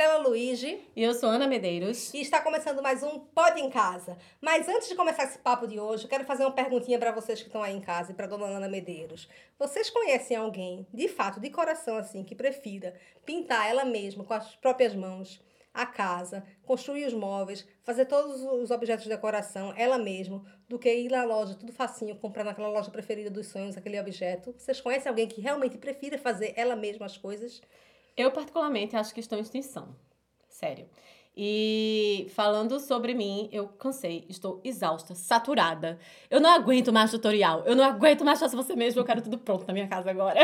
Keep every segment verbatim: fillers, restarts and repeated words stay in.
Mirela Luigi. E eu sou Ana Medeiros. E está começando mais um Pode em Casa. Mas antes de começar esse papo de hoje, eu quero fazer uma perguntinha para vocês que estão aí em casa e para dona Ana Medeiros. Vocês conhecem alguém, de fato, de coração assim, que prefira pintar ela mesma, com as próprias mãos, a casa, construir os móveis, fazer todos os objetos de decoração, ela mesma, do que ir na loja, tudo facinho, comprar naquela loja preferida dos sonhos, aquele objeto? Vocês conhecem alguém que realmente prefira fazer ela mesma as coisas? Eu, particularmente, acho que estou em extinção. Sério. E falando sobre mim, eu cansei, estou exausta, saturada. Eu não aguento mais tutorial. Eu não aguento mais fazer você mesmo. Eu quero tudo pronto na minha casa agora.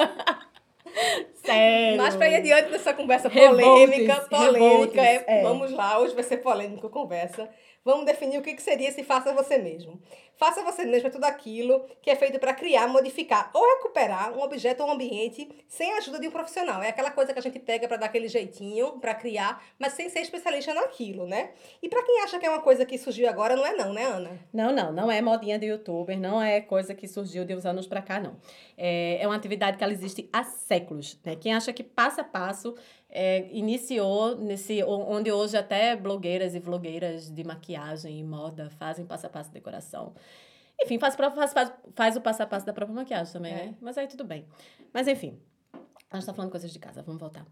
Sério. Mas para ir adiante dessa conversa Revoltes, polêmica, polêmica, revoltes, é, é. vamos lá, hoje vai ser polêmica a conversa. Vamos definir o que, que seria esse faça você mesmo. Faça você mesmo é tudo aquilo que é feito para criar, modificar ou recuperar um objeto ou um ambiente sem a ajuda de um profissional. É aquela coisa que a gente pega para dar aquele jeitinho, para criar, mas sem ser especialista naquilo, né? E para quem acha que é uma coisa que surgiu agora, não é não, né, Ana? Não, não, não é modinha de youtuber, não é coisa que surgiu de uns anos pra cá, não. É, é uma atividade que ela existe há séculos, né? Quem acha que passo a passo é, iniciou nesse, onde hoje até blogueiras e vlogueiras de maquiagem e moda fazem passo a passo de decoração. Enfim, faz, faz, faz, faz o passo a passo da própria maquiagem também, É. né? Mas aí tudo bem. Mas enfim, a gente tá falando coisas de casa, vamos voltar.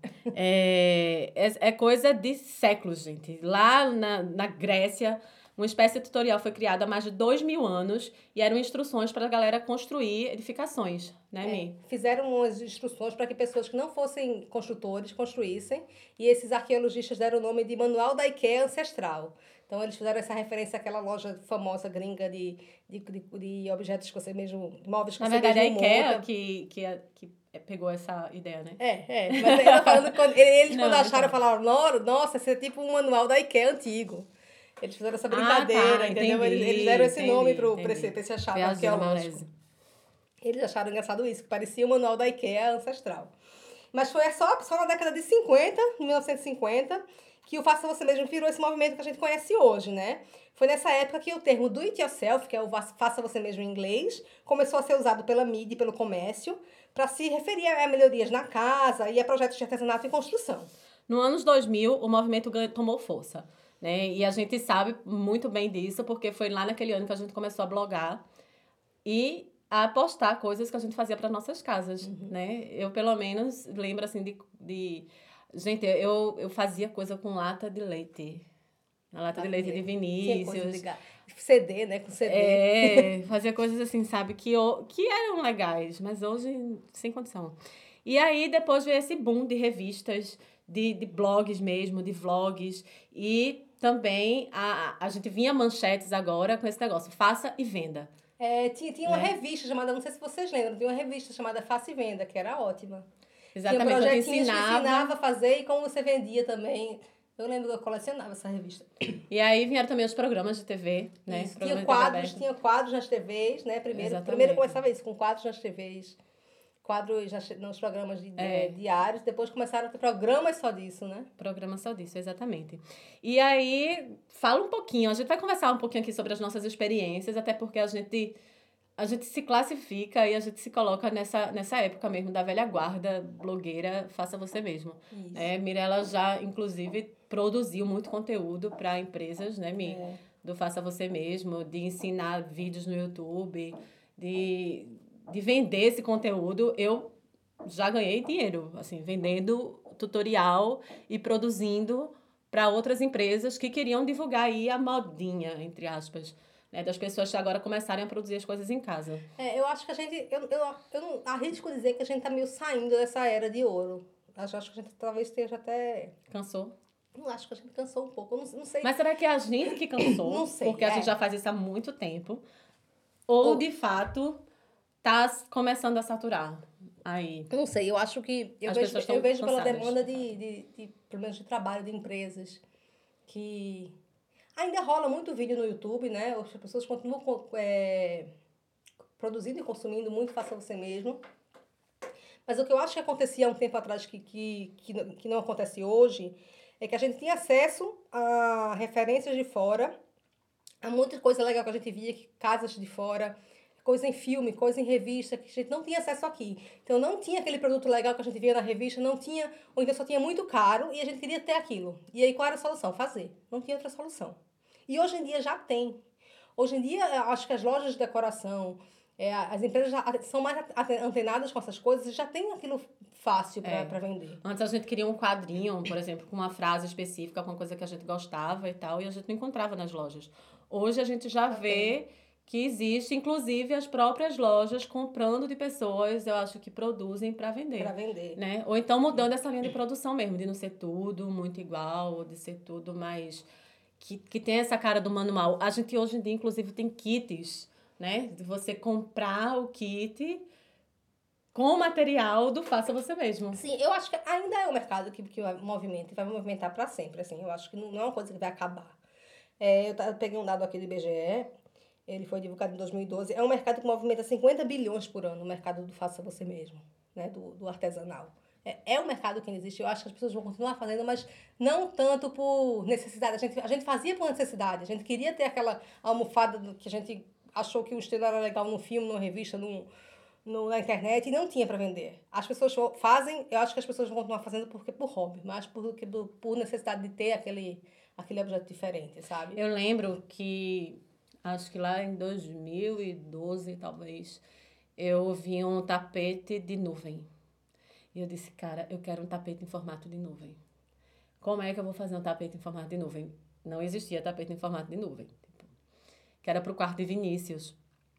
É, é, é coisa de séculos, gente. Lá na, na Grécia, uma espécie de tutorial foi criada há mais de dois mil anos e eram instruções para a galera construir edificações, né, É, Mi? fizeram umas instruções para que pessoas que não fossem construtores construíssem, e esses arqueologistas deram o nome de Manual da IKEA Ancestral. Então, eles fizeram essa referência àquela loja famosa gringa de, de, de, de objetos que você mesmo, móveis que Na você verdade, é a mesmo IKEA monta. que, que, que pegou essa ideia, né? É, é. Mas ela falando, quando, eles Não, quando acharam, então. falaram, "Noro, nossa, esse é tipo um manual da IKEA antigo." Eles fizeram essa Ah, tá, brincadeira, entendeu? entendi, Eles, eles deram esse entendi, nome para entendi. esse, pra esse achado Viajei na arqueológico. maionese. Eles acharam engraçado isso, que parecia o manual da IKEA ancestral. Mas foi só, só na década de cinquenta, mil novecentos e cinquenta, que o Faça Você Mesmo virou esse movimento que a gente conhece hoje, né? Foi nessa época que o termo do it yourself, que é o Faça Você Mesmo em inglês, começou a ser usado pela mídia e pelo comércio para se referir a melhorias na casa e a projetos de artesanato e construção. No anos dois mil, o movimento ganhou- tomou força, né? E a gente sabe muito bem disso, porque foi lá naquele ano que a gente começou a blogar e a postar coisas que a gente fazia para nossas casas, Uhum. né? Eu, pelo menos, lembro, assim, de... de... Gente, eu, eu fazia coisa com lata de leite. A lata de leite de Tinha coisa Vinícius. de ga- C D, né? Com C D. É, fazia coisas assim, sabe, que, o- que eram legais, mas hoje sem condição. E aí depois veio esse boom de revistas, de, de blogs mesmo, de vlogs, e também a, a gente vinha manchetes agora com esse negócio, faça e venda. É, tinha, tinha uma Né? revista chamada, não sei se vocês lembram, tinha uma revista chamada Faça e Venda, que era ótima. Exatamente, Tinha eu te projetinhos que ensinava. ensinava a fazer e como você vendia também. Eu lembro que eu colecionava essa revista. E aí vieram também os programas de T V, né? Isso, Programa tinha de T V quadros, aberta. tinha quadros nas T Vs, né? Primeiro, Exatamente. primeiro começava isso, com quadros nas T Vs, quadros nas, nos programas de, É. eh, diários, depois começaram a ter programas só disso, né? Programa só disso, exatamente. E aí, fala um pouquinho, a gente vai conversar um pouquinho aqui sobre as nossas experiências, até porque a gente, a gente se classifica e a gente se coloca nessa, nessa época mesmo da velha guarda, blogueira, faça você mesmo. Isso. É, Mirela já, inclusive, produziu muito conteúdo para empresas, né, Mi? É. Do faça você mesmo, de ensinar vídeos no YouTube, de, de vender esse conteúdo. Eu já ganhei dinheiro, assim, vendendo tutorial e produzindo para outras empresas que queriam divulgar aí a modinha, entre aspas, né, das pessoas que agora começarem a produzir as coisas em casa. É, eu acho que a gente, eu, eu, eu não arrisco dizer que a gente tá meio saindo dessa era de ouro. Acho, acho que a gente talvez esteja até... Cansou? Eu acho que a gente cansou um pouco, eu não, não sei. Mas será que é a gente que cansou? Não sei, Porque a é. gente já faz isso há muito tempo. Ou, Ou- de fato, tá começando a saturar aí? Eu não sei, eu acho que... Eu As vejo, pessoas estão eu vejo pela cansadas. demanda de, de, de, pelo menos de trabalho de empresas, que ainda rola muito vídeo no YouTube, né? As pessoas continuam co- é, produzindo e consumindo muito Faça Você Mesmo. Mas o que eu acho que acontecia há um tempo atrás, que, que, que, não- que não acontece hoje, é que a gente tinha acesso a referências de fora, a muita coisa legal que a gente via, que casas de fora, coisa em filme, coisa em revista, que a gente não tinha acesso aqui. Então, não tinha aquele produto legal que a gente via na revista, não tinha, ou então só tinha muito caro e a gente queria ter aquilo. E aí, qual era a solução? Fazer. Não tinha outra solução. E hoje em dia já tem. Hoje em dia, eu acho que as lojas de decoração, é, as empresas já são mais antenadas com essas coisas e já tem aquilo fácil para é. vender. Antes a gente queria um quadrinho, por exemplo, com uma frase específica, com uma coisa que a gente gostava e tal, e a gente não encontrava nas lojas. Hoje a gente já, já vê tem. que existe, inclusive, as próprias lojas comprando de pessoas, eu acho que produzem para vender. Para vender. Né? Ou então mudando essa linha de produção mesmo, de não ser tudo muito igual, ou de ser tudo mais... Que, que tem essa cara do manual. A gente hoje em dia, inclusive, tem kits, né? De você comprar o kit com o material do faça você mesmo. Sim, eu acho que ainda é o mercado que, que movimenta e vai movimentar para sempre, assim. Eu acho que não é uma coisa que vai acabar. É, eu, eu peguei um dado aqui do I B G E, ele foi divulgado em dois mil e doze. É um mercado que movimenta cinquenta bilhões por ano, o mercado do faça você mesmo, né? Do, do artesanal. É, é um mercado que ainda existe, eu acho que as pessoas vão continuar fazendo, mas não tanto por necessidade. A gente, a gente fazia por necessidade, a gente queria ter aquela almofada que a gente achou que o estilo era legal num filme, numa revista, num, no, na internet, e não tinha para vender. As pessoas fazem, eu acho que as pessoas vão continuar fazendo porque por hobby, mais por, por, por necessidade de ter aquele, aquele objeto diferente, sabe? Eu lembro que, acho que lá em dois mil e doze, talvez, eu vi um tapete de nuvem. E eu disse, cara, eu quero um tapete em formato de nuvem. Como é que eu vou fazer um tapete em formato de nuvem? Não existia tapete em formato de nuvem. Tipo, que era pro quarto de Vinícius.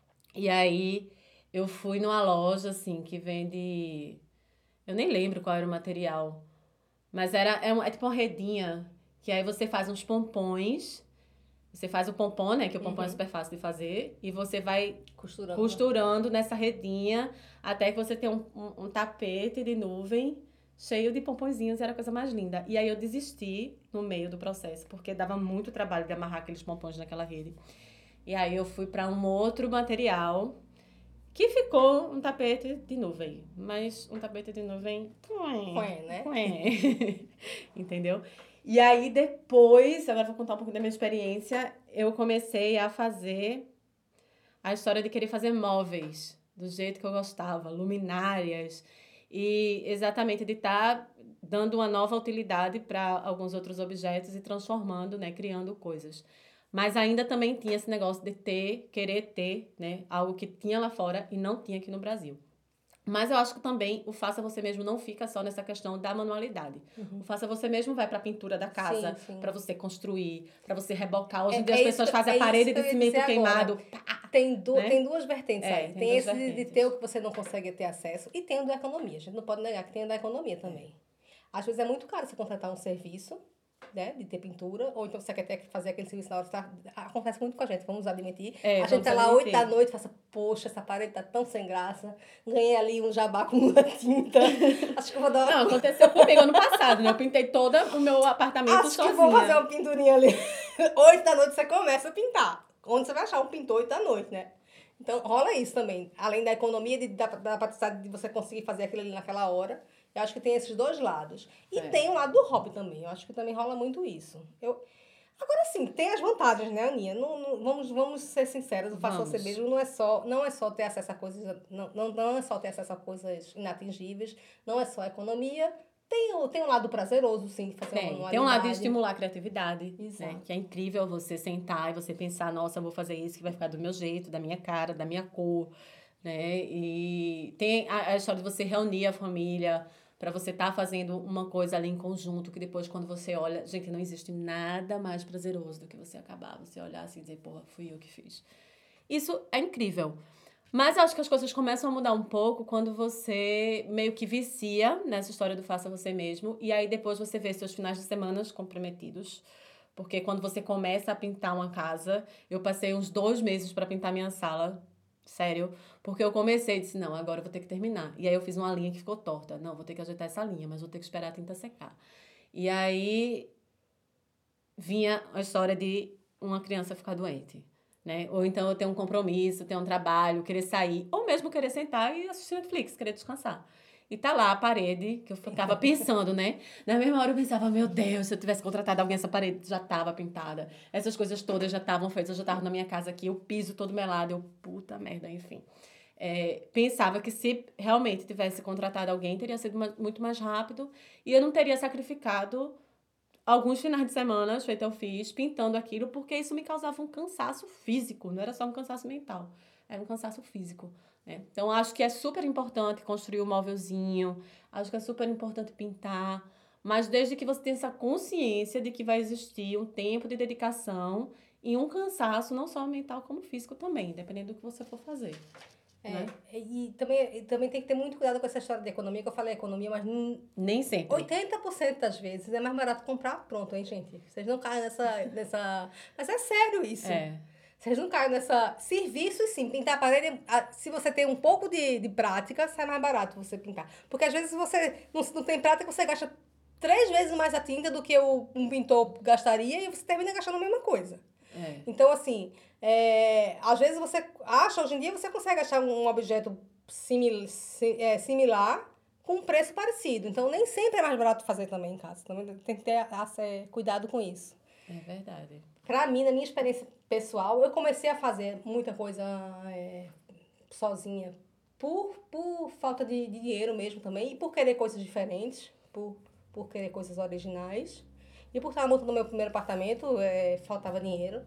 E aí, eu fui numa loja, assim, que vende... Eu nem lembro qual era o material. Mas era, é, um, é tipo uma redinha, que aí você faz uns pompons... Você faz o pompom, né? Que o pompom uhum. é super fácil de fazer. E você vai costurando, costurando nessa redinha até que você tenha um, um, um tapete de nuvem cheio de pomponzinhos. Era a coisa mais linda. E aí eu desisti no meio do processo, porque dava muito trabalho de amarrar aqueles pompons naquela rede. E aí eu fui para um outro material que ficou um tapete de nuvem. Mas um tapete de nuvem... Ué, né? Ué. Entendeu? E aí, depois, agora vou contar um pouco da minha experiência, eu comecei a fazer a história de querer fazer móveis, do jeito que eu gostava, luminárias, e exatamente de estar dando uma nova utilidade para alguns outros objetos e transformando, né, criando coisas. Mas ainda também tinha esse negócio de ter, querer ter, né, algo que tinha lá fora e não tinha aqui no Brasil. Mas eu acho que também o faça você mesmo não fica só nessa questão da manualidade. Uhum. O faça você mesmo vai para a pintura da casa, para você construir, para você rebocar. Hoje em é, dia é as pessoas isso, fazem é a parede de cimento queimado. Pá, tem, du né? tem duas vertentes é, aí. Tem, tem esse vertentes. de ter o que você não consegue ter acesso e tem o da economia. A gente não pode negar que tem o da economia também. Às vezes é muito caro você contratar um serviço, né, de ter pintura, ou então você quer ter que fazer aquele serviço na hora, tá, acontece muito com a gente, vamos admitir, é, a gente tá lá oito da noite, fala, poxa, essa parede tá tão sem graça, ganhei ali um jabá com uma tinta, acho que eu vou dar uma... Não, aconteceu comigo ano passado, né, eu pintei todo o meu apartamento acho sozinha. Acho que vou fazer uma pinturinha ali, oito da noite você começa a pintar, onde você vai achar um pintor oito da noite, né? Então rola isso também, além da economia, de, da, da praticidade de você conseguir fazer aquilo ali naquela hora. Eu acho que tem esses dois lados. E é. tem o lado do hobby também. Eu acho que também rola muito isso. Eu... Agora sim, tem as vantagens, né, Aninha? Não, não, vamos, vamos ser sinceros. O faça você mesmo não é só, não é só ter acesso a coisas... Não, não, não é só ter acesso a coisas inatingíveis. Não é só a economia. Tem o, tem um lado prazeroso, sim, de fazer tem, uma manualidade. Tem um lado de estimular a criatividade. Né? Que é incrível você sentar e você pensar, nossa, eu vou fazer isso que vai ficar do meu jeito, da minha cara, da minha cor. Né? E tem a, a história de você reunir a família para você estar tá fazendo uma coisa ali em conjunto, que depois quando você olha, gente, não existe nada mais prazeroso do que você acabar, você olhar assim e dizer, porra, fui eu que fiz. Isso é incrível. Mas eu acho que as coisas começam a mudar um pouco quando você meio que vicia nessa história do faça você mesmo, e aí depois você vê seus finais de semana comprometidos. Porque quando você começa a pintar uma casa, eu passei uns dois meses para pintar minha sala. Sério, porque eu comecei e disse, não, agora eu vou ter que terminar. E aí eu fiz uma linha que ficou torta. Não, vou ter que ajeitar essa linha, mas vou ter que esperar a tinta secar. E aí vinha a história de uma criança ficar doente, né? Ou então eu ter um compromisso, ter um trabalho, querer sair, ou mesmo querer sentar e assistir Netflix, querer descansar. E tá lá a parede, que eu ficava pensando, né? Na mesma hora eu pensava, meu Deus, se eu tivesse contratado alguém, essa parede já tava pintada. Essas coisas todas já estavam feitas, já estavam na minha casa aqui, o piso todo melado, eu, puta merda, enfim. É, pensava que se realmente tivesse contratado alguém, teria sido ma- muito mais rápido e eu não teria sacrificado alguns finais de semana, feito eu fiz, pintando aquilo, porque isso me causava um cansaço físico, não era só um cansaço mental, era um cansaço físico, né? Então, acho que é super importante construir um móvelzinho, acho que é super importante pintar, mas desde que você tenha essa consciência de que vai existir um tempo de dedicação e um cansaço, não só mental como físico também, dependendo do que você for fazer. É, Né? e também, e também tem que ter muito cuidado com essa história de economia, que eu falei economia, mas hum, Nem sempre. oitenta por cento das vezes é mais barato comprar pronto, hein, gente? Vocês não caem nessa, nessa... Mas é sério isso. É. Vocês não caem nessa... Serviços, sim. Pintar a parede, a- se você tem um pouco de, de prática, sai mais barato você pintar. Porque às vezes você não, não tem prática, você gasta três vezes mais a tinta do que o, um pintor gastaria e você termina gastando a mesma coisa. É. Então, assim, é, às vezes você acha, hoje em dia, você consegue achar um objeto simil, si- é, similar com um preço parecido. Então, nem sempre é mais barato fazer também em casa. Também tem que ter a- a- cuidado com isso. É verdade. Pra mim, na minha experiência pessoal, eu comecei a fazer muita coisa é, sozinha por, por falta de, de dinheiro mesmo também e por querer coisas diferentes, por, por querer coisas originais. E por estar montando meu primeiro apartamento, é, faltava dinheiro.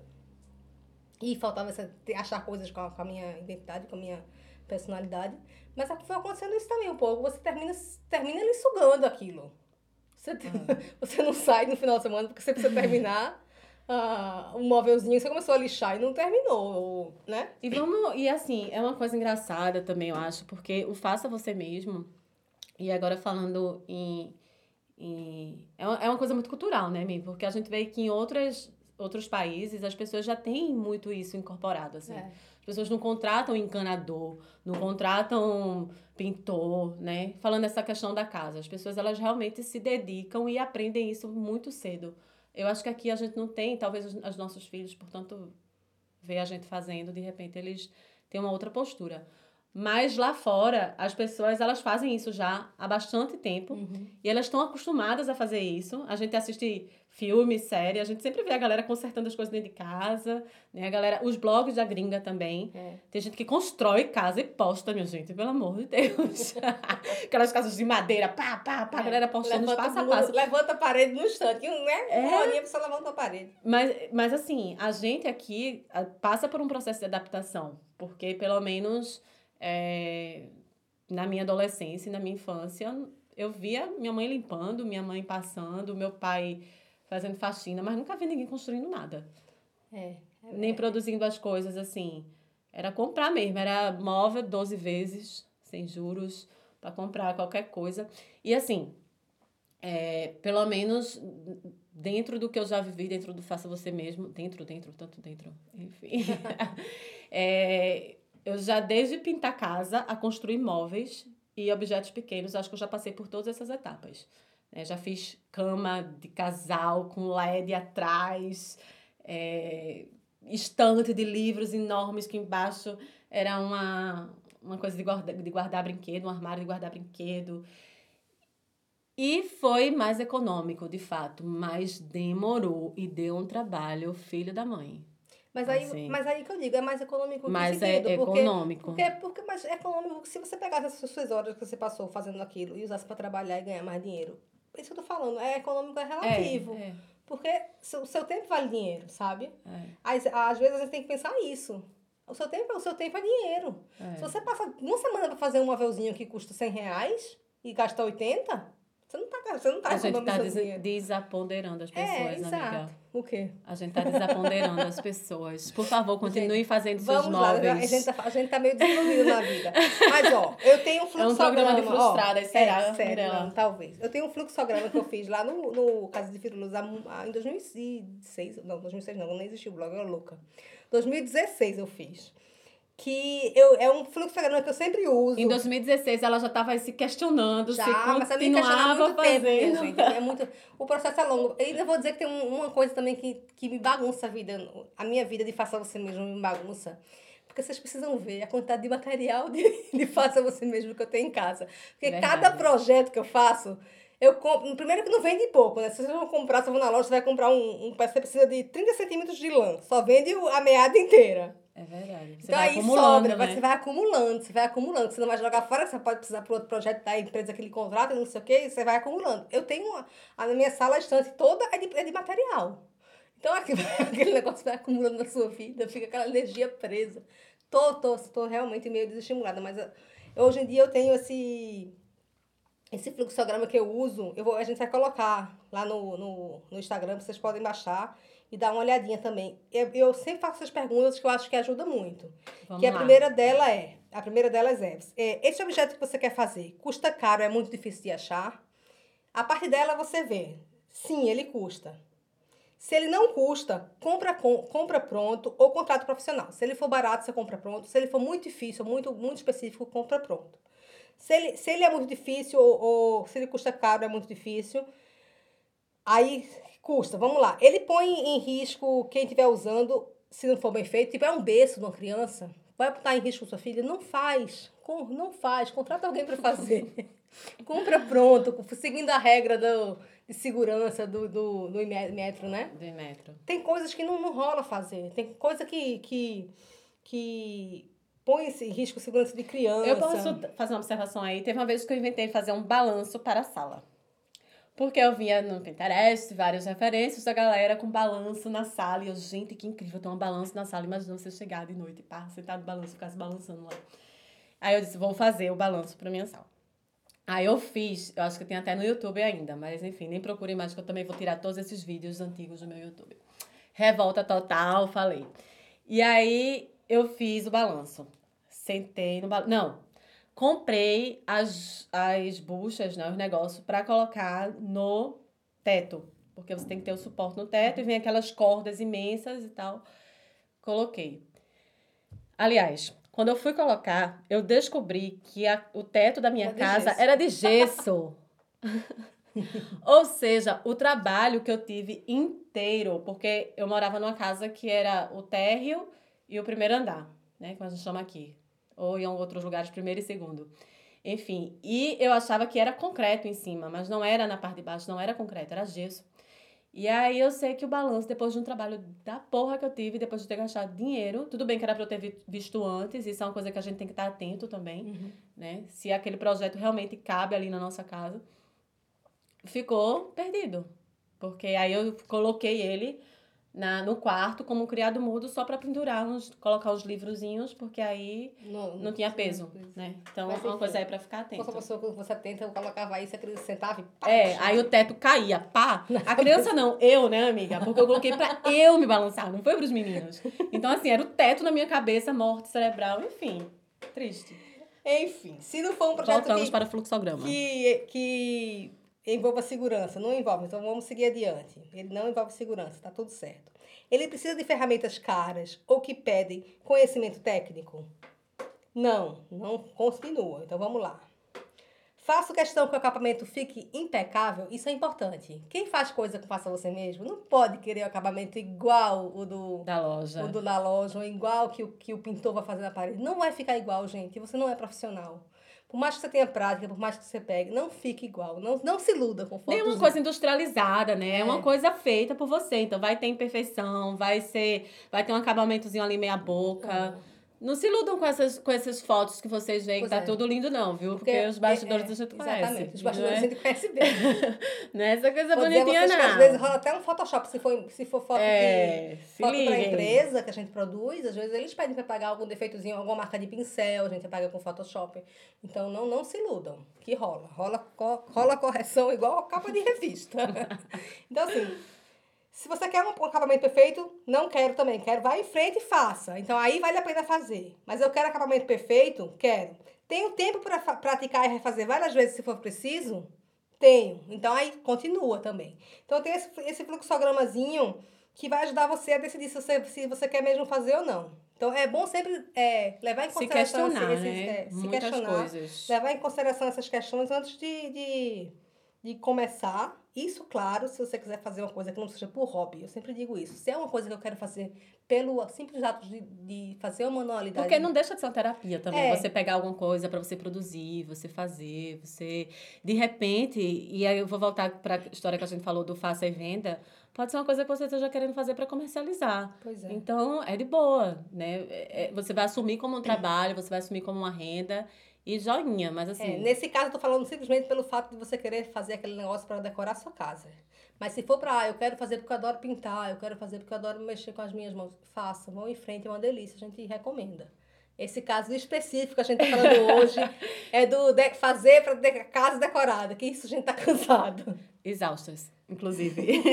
E faltava essa, ter- achar coisas com a, com a minha identidade, com a minha personalidade. Mas aqui foi acontecendo isso também um pouco. Você termina, termina ali sugando aquilo. Você, te- você não sai no final de semana porque você precisa terminar ah, um móvelzinho. Você começou a lixar e não terminou, né? E vamos, e assim, é uma coisa engraçada também, eu acho, porque o faça você mesmo, e agora falando em, em é uma, é uma coisa muito cultural, né, Mi? Porque a gente vê que em outras, outros países as pessoas já têm muito isso incorporado, assim. É. As pessoas não contratam encanador, não contratam pintor, né? Falando essa questão da casa, as pessoas elas realmente se dedicam e aprendem isso muito cedo. Eu acho que aqui a gente não tem, talvez os, os nossos filhos, portanto, ver a gente fazendo, de repente eles têm uma outra postura. Mas lá fora, as pessoas elas fazem isso já há bastante tempo e elas estão acostumadas a fazer isso. A gente assiste filme, série, a gente sempre vê a galera consertando as coisas dentro de casa, né? A galera, os blogs da gringa também. É. Tem gente que constrói casa e posta, minha gente, pelo amor de Deus. Aquelas casas de madeira, pá, pá, pá, a galera postando os Levanta passo a o passo. muro, levanta a parede no instante, né? É. Uma horinha a pessoa levanta a parede. Mas, mas assim, a gente aqui ah, passa por um processo de adaptação, porque pelo menos é, na minha adolescência e na minha infância, eu via minha mãe limpando, minha mãe passando, meu pai fazendo faxina, mas nunca vi ninguém construindo nada, É. é nem produzindo as coisas assim. Era comprar mesmo, era móvel doze vezes, sem juros, para comprar qualquer coisa. E assim, é, pelo menos dentro do que eu já vivi, dentro do faça você mesmo, dentro, dentro, tanto dentro, enfim. É, eu já desde pintar casa a construir móveis e objetos pequenos, acho que eu já passei por todas essas etapas. É, já fiz cama de casal com L E D atrás, é, estante de livros enormes que embaixo era uma, uma coisa de guardar, de guardar brinquedo, um armário de guardar brinquedo. E foi mais econômico, de fato, mas demorou e deu um trabalho, filho da mãe. Mas aí, Assim. mas aí que eu digo, é mais econômico que Mas esse é sentido, porque, econômico. porque, porque mas é econômico porque se você pegasse as suas horas que você passou fazendo aquilo e usasse para trabalhar e ganhar mais dinheiro. É isso que eu tô falando, é econômico, é relativo. É, é, Porque o seu tempo vale dinheiro, sabe? é. Às, às vezes a gente tem que pensar isso. O seu tempo, o seu tempo é dinheiro. É. Se você passa uma semana para fazer um móvelzinho que custa cem reais e gasta oitenta, você não tá, você não tá A gente economizando tá des dinheiro. desaponderando as É, pessoas, exato. amiga. O quê? A gente tá desaponderando as pessoas. Por favor, continue Gente, fazendo seus Vamos lá, a móveis. gente, tá, a gente tá meio desenvolvido na vida. Mas, ó, eu tenho um É um programa de fluxograma. frustradas, ó, será, É, sério, Mirella? não, talvez. Eu tenho um fluxograma que eu fiz lá no, no Casa de Firulas há- há- em dois mil e seis. Não, dois mil e seis não, não existiu o blog, eu era louca. dois mil e dezesseis eu fiz. Que eu, é um fluxograma que eu sempre uso. Em dois mil e dezesseis, ela já estava se questionando Já, se mas eu me questionava há continuava muito tempo, minha fazendo. gente. É muito, o processo é longo. E ainda vou dizer que tem um- uma coisa também que, que me bagunça a vida, a minha vida de faça você mesmo me bagunça. Porque vocês precisam ver a quantidade de material de, de faça você mesmo que eu tenho em casa. Porque Verdade. cada projeto que eu faço, eu compro. Primeiro que não vende pouco, né? Se vocês vão comprar, se eu vou na loja, você vai comprar um. um você precisa de trinta centímetros de lã. Só vende o- a meada inteira. É verdade. Você Então vai aí acumulando, sobra, né? você vai acumulando, você vai acumulando. Você não vai jogar fora, você pode precisar para outro projeto da empresa que ele contrata, não sei o quê, e você vai acumulando. Eu tenho uma, a minha sala, a estante toda é de, é de material. Então aqui, aquele negócio vai acumulando na sua vida, fica aquela energia presa. Tô, tô, tô realmente meio desestimulada, mas eu- hoje em dia eu tenho esse, esse fluxograma que eu uso, eu vou, a gente vai colocar lá no, no, no Instagram, vocês podem baixar e dar uma olhadinha também. Eu, eu sempre faço essas perguntas que eu acho que ajudam muito. Vamos que a lá. primeira dela é, a primeira delas é, é, esse objeto que você quer fazer custa caro, é muito difícil de achar? A partir dela você vê, sim, ele custa. Se ele não custa, compra, com- compra pronto ou contrato profissional. Se ele for barato, você compra pronto. Se ele for muito difícil, muito, muito específico, compra pronto. Se ele, se ele é muito difícil ou, ou se ele custa caro, é muito difícil, aí custa. Vamos lá. Ele põe em risco quem estiver usando, se não for bem feito. Tipo, é um berço de uma criança. Vai botar em risco sua filha? Não faz. Com- Não faz. Contrata alguém para fazer. Compra pronto, seguindo a regra do, de segurança do, do, do metro, né? Do metro. Tem coisas que não, não rola fazer. Tem coisa que, que, que põe esse risco de segurança de criança. Eu posso fazer uma observação aí. Teve uma vez que eu inventei fazer um balanço para a sala. Porque eu via no Pinterest várias referências da galera com balanço na sala. E eu, gente, que incrível ter um balanço na sala. Imagina você chegar de noite e pá, sentar no balanço, ficar se balançando lá. Aí eu disse, vou fazer o balanço para minha sala. Aí eu fiz, eu acho que tem até no YouTube ainda, mas enfim, nem procure mais que eu também vou tirar todos esses vídeos antigos do meu YouTube. Revolta total, falei. E aí eu fiz o balanço. Sentei no balanço. Não, comprei as, as buchas, né, os negócios, para colocar no teto. Porque você tem que ter o suporte no teto e vem aquelas cordas imensas e tal. Coloquei. Aliás, quando eu fui colocar, eu descobri que a, o teto da minha Era de casa gesso. era de gesso. Ou seja, o trabalho que eu tive inteiro, porque eu morava numa casa que era o térreo e o primeiro andar, né? Como a gente chama aqui. Ou em outros lugares, primeiro e segundo. Enfim, e eu achava que era concreto em cima, mas não era na parte de baixo, não era concreto, era gesso. E aí eu sei que o balanço, depois de um trabalho da porra que eu tive, depois de ter gastado dinheiro, tudo bem que era pra eu ter vi- visto antes, isso é uma coisa que a gente tem que estar atento também, Uhum. né? Se aquele projeto realmente cabe ali na nossa casa, ficou perdido. Porque aí eu coloquei ele na, no quarto como um criado mudo só pra pendurar, uns, colocar os livrozinhos, porque aí Não, não tinha peso, né? Então Mas, é uma enfim, coisa aí pra ficar Se fosse atento. uma pessoa que você tenta, eu colocava aí, você sentava e pá, É, aí o teto caía, pá. A criança não, eu, né, amiga? Porque eu coloquei pra eu me balançar, não foi pros meninos. Então, assim, era o teto na minha cabeça, morte cerebral, enfim. Triste. Enfim, se não for um projeto Voltamos que, para o fluxograma. que, que envolva segurança, não envolve, então vamos seguir adiante. Ele não envolve segurança, tá tudo certo. Ele precisa de ferramentas caras ou que pedem conhecimento técnico? Não, não continua. Então vamos lá. Faço questão que o acabamento fique impecável, isso é importante. Quem faz coisa que faça você mesmo não pode querer o acabamento igual o do, Da loja. o do da loja, ou igual que o, que o pintor vai fazer na parede. Não vai ficar igual, gente. Você não é profissional. Por mais que você tenha prática, por mais que você pegue, não fique igual. Não, não se iluda com fotos. Nem uma coisa industrializada, né? É É. uma coisa feita por você. Então vai ter imperfeição, vai ser, vai ter um acabamentozinho ali meia boca. Não se iludam com essas, com essas fotos que vocês veem Pois que tá é. tudo lindo, não, viu? Porque, Porque os bastidores é- é, a gente exatamente, conhece. os bastidores a não é? gente conhece bem. Não é essa coisa Vou dizer a bonitinha, vocês que não. às vezes rola até um Photoshop, se for, se for foto É, de se foto para liguem. empresa que a gente produz, às vezes eles pedem para pagar algum defeitozinho, alguma marca de pincel, a gente paga com Photoshop. Então não, não se iludam, que rola. Rola, co- rola correção igual a capa de revista. Então assim, se você quer um acabamento perfeito, não quero também. Quero, vai em frente e faça. Então aí vale a pena fazer. Mas eu quero acabamento perfeito? Quero. Tenho tempo para fa- praticar e refazer várias vezes se for preciso? Tenho. Então aí continua também. Então tem esse, esse fluxogramazinho que vai ajudar você a decidir se você, se você quer mesmo fazer ou não. Então é bom sempre é, levar em Se consideração questionar, esses, né? é, se Muitas questionar, coisas. levar em consideração essas questões antes de, de, de começar. Isso, claro, se você quiser fazer uma coisa que não seja por hobby. Eu sempre digo isso. Se é uma coisa que eu quero fazer pelo simples ato de, de fazer uma manualidade... Porque não deixa de ser uma terapia também. É. Você pegar alguma coisa para você produzir, você fazer, você... De repente, e aí eu vou voltar para a história que a gente falou do faça e venda, pode ser uma coisa que você esteja querendo fazer para comercializar. Pois é. Então, é de boa, né? É, é, você vai assumir como um trabalho, você vai assumir como uma renda e joinha, mas assim... É, nesse caso, eu tô falando simplesmente pelo fato de você querer fazer aquele negócio para decorar a sua casa. Mas se for para, ah, eu quero fazer porque eu adoro pintar, eu quero fazer porque eu adoro mexer com as minhas mãos, faça, vão em frente, é uma delícia, a gente recomenda. Esse caso específico que a gente tá falando hoje é do de fazer para de casa decorada, que isso a gente tá cansado. Exaustas, inclusive.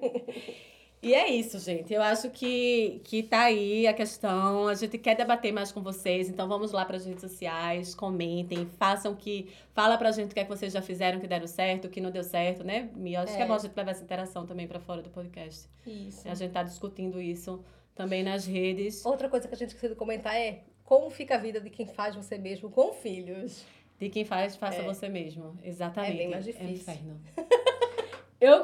E é isso, gente. Eu acho que, que tá aí a questão. A gente quer debater mais com vocês, então vamos lá para as redes sociais, comentem, façam que... Fala pra gente o que é que vocês já fizeram, que deram certo, o que não deu certo, né? E eu acho É. que é bom a gente levar essa interação também para fora do podcast. Isso. A gente tá discutindo isso também nas redes. Outra coisa que a gente esqueceu de comentar é como fica a vida de quem faz você mesmo com filhos. De quem faz, faça É. você mesmo. Exatamente. É bem mais É um difícil. inferno. Eu...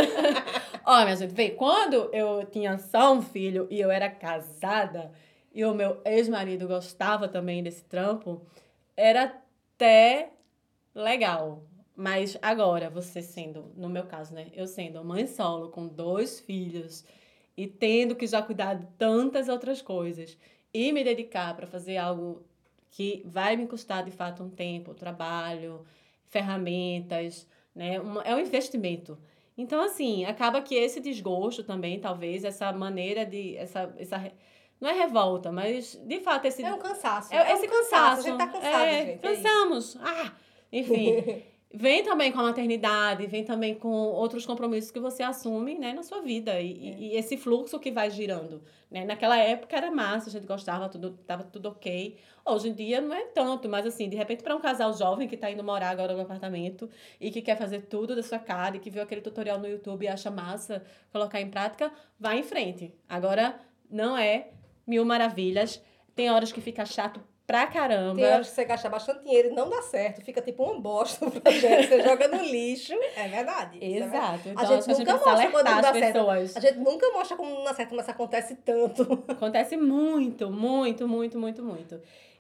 Ó, minha gente, vê, quando eu tinha só um filho e eu era casada e o meu ex-marido gostava também desse trampo, era até legal. Mas agora, você sendo, no meu caso, né? Eu sendo mãe solo com dois filhos e tendo que já cuidar de tantas outras coisas e me dedicar para fazer algo que vai me custar, de fato, um tempo, trabalho, ferramentas, né? Um, é um investimento. Então, assim, acaba que esse desgosto também, talvez, essa maneira de... Essa, essa, não é revolta, mas, de fato, esse... É um cansaço. É, É esse um cansaço. A gente tá cansaço. cansado, É, gente. É isso. cansamos. Ah, enfim... Vem também com a maternidade, vem também com outros compromissos que você assume, né, na sua vida. E, É. e esse fluxo que vai girando. Né? Naquela época era massa, a gente gostava, tudo, tava tudo ok. Hoje em dia não é tanto, mas assim, de repente para um casal jovem que tá indo morar agora no apartamento e que quer fazer tudo da sua cara e que viu aquele tutorial no YouTube e acha massa colocar em prática, vai em frente. Agora, não é mil maravilhas. Tem horas que fica chato pra caramba. Tem horas que você gasta bastante dinheiro e não dá certo. Fica tipo uma bosta o projeto. Você joga no lixo. É verdade. isso é verdade. Exato. Então, A gente acho que a gente nunca precisa mostra quando alertar não dá as certo. pessoas. A gente nunca mostra como não dá certo, mas acontece tanto. Acontece muito, muito, muito, muito, muito.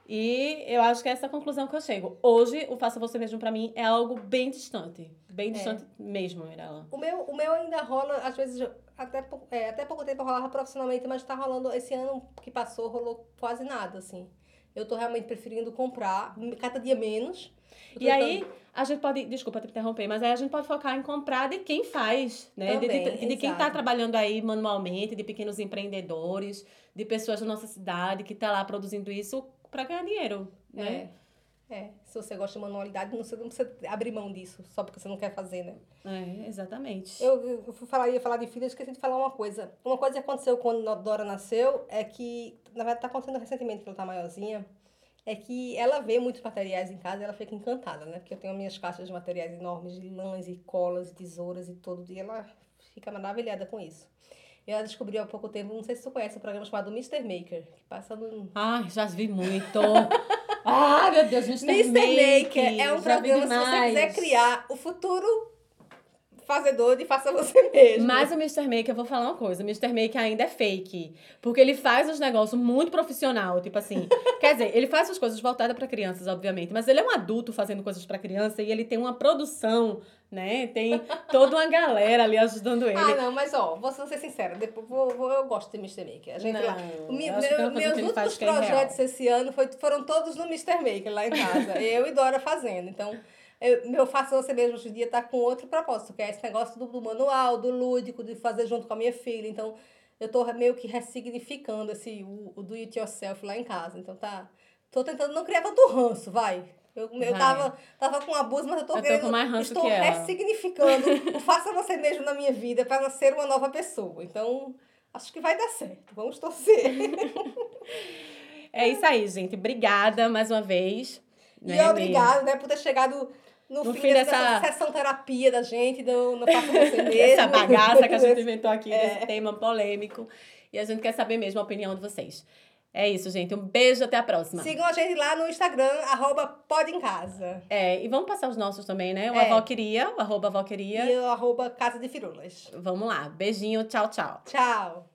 E eu acho que é essa a conclusão que eu chego. Hoje, o Faça Você Mesmo pra mim é algo bem distante. Bem distante é. mesmo, Mirella. O meu, o meu ainda rola, às vezes, até, pou- é, até pouco tempo rolava profissionalmente, mas tá rolando, esse ano que passou, rolou quase nada, assim. Eu tô realmente preferindo comprar, cada dia menos. Eu tô E aí, tentando- a gente pode... Desculpa te interromper, mas aí a gente pode focar em comprar de quem faz, né? De- Também, de, de quem tá exato. trabalhando aí manualmente, de pequenos empreendedores, de pessoas da nossa cidade que tá lá produzindo isso pra ganhar dinheiro, né? É, é. Se você gosta de manualidade, não, você não precisa abrir mão disso, só porque você não quer fazer, né? É, exatamente. Eu, eu fui falar, ia falar de filha, eu esqueci de falar uma coisa. Uma coisa que aconteceu quando a Dora nasceu é que, na verdade, tá acontecendo recentemente que ela tá maiorzinha, é que ela vê muitos materiais em casa e ela fica encantada, né? Porque eu tenho minhas caixas de materiais enormes, de lãs e colas, e tesouras e tudo, e ela fica maravilhada com isso. E ela descobriu há pouco tempo, não sei se tu conhece, um programa chamado mister Maker, que passa no... Ai, já vi muito. Ai, meu Deus, mister mister Maker. Maker é um já vi programa, se você demais. quiser criar o futuro fazedor de faça você mesmo. Mas o mister Maker, eu vou falar uma coisa, o mister Maker ainda é fake. Porque ele faz os negócios muito profissional, tipo assim... Quer dizer, ele faz as coisas voltadas para crianças, obviamente, mas ele é um adulto fazendo coisas para criança e ele tem uma produção, né? Tem toda uma galera ali ajudando ele. Ah, não, mas ó, vou ser sincera, depois, vou, vou, eu gosto de mister Maker. A gente Não, lá, o mi- eu acho que tem uma meu, coisa meus que ele faz últimos que é real. projetos esse ano foi, foram todos no mister Maker, lá em casa. Eu e Dora fazendo. Então, eu, meu Faça Você Mesmo hoje em dia tá com outro propósito, que é esse negócio do, do manual, do lúdico, de fazer junto com a minha filha. Então, eu tô meio que ressignificando esse, o, o do it yourself lá em casa. Então, tá... Tô tentando não criar tanto ranço, vai. Eu, eu Vai. tava, tava com abuso, mas eu tô Eu tô querendo... com mais ranço estou que ela. ressignificando o Faça Você Mesmo na minha vida para ser uma nova pessoa. Então, acho que vai dar certo. Vamos torcer. É isso aí, gente. Obrigada mais uma vez. E né, obrigada, né, por ter chegado no, No fim, fim dessa, dessa- dessa sessão terapia da gente, do no Faça Você Mesmo. Essa bagaça que a gente inventou aqui, É. desse tema polêmico. E a gente quer saber mesmo a opinião de vocês. É isso, gente. Um beijo, até a próxima. Sigam a gente lá no Instagram, arroba Pode em Casa. É, e vamos passar os nossos também, né? O É. Avó Queria, o arroba Avó Queria. E o arroba Casa de Firulas. Vamos lá. Beijinho, tchau, tchau. Tchau.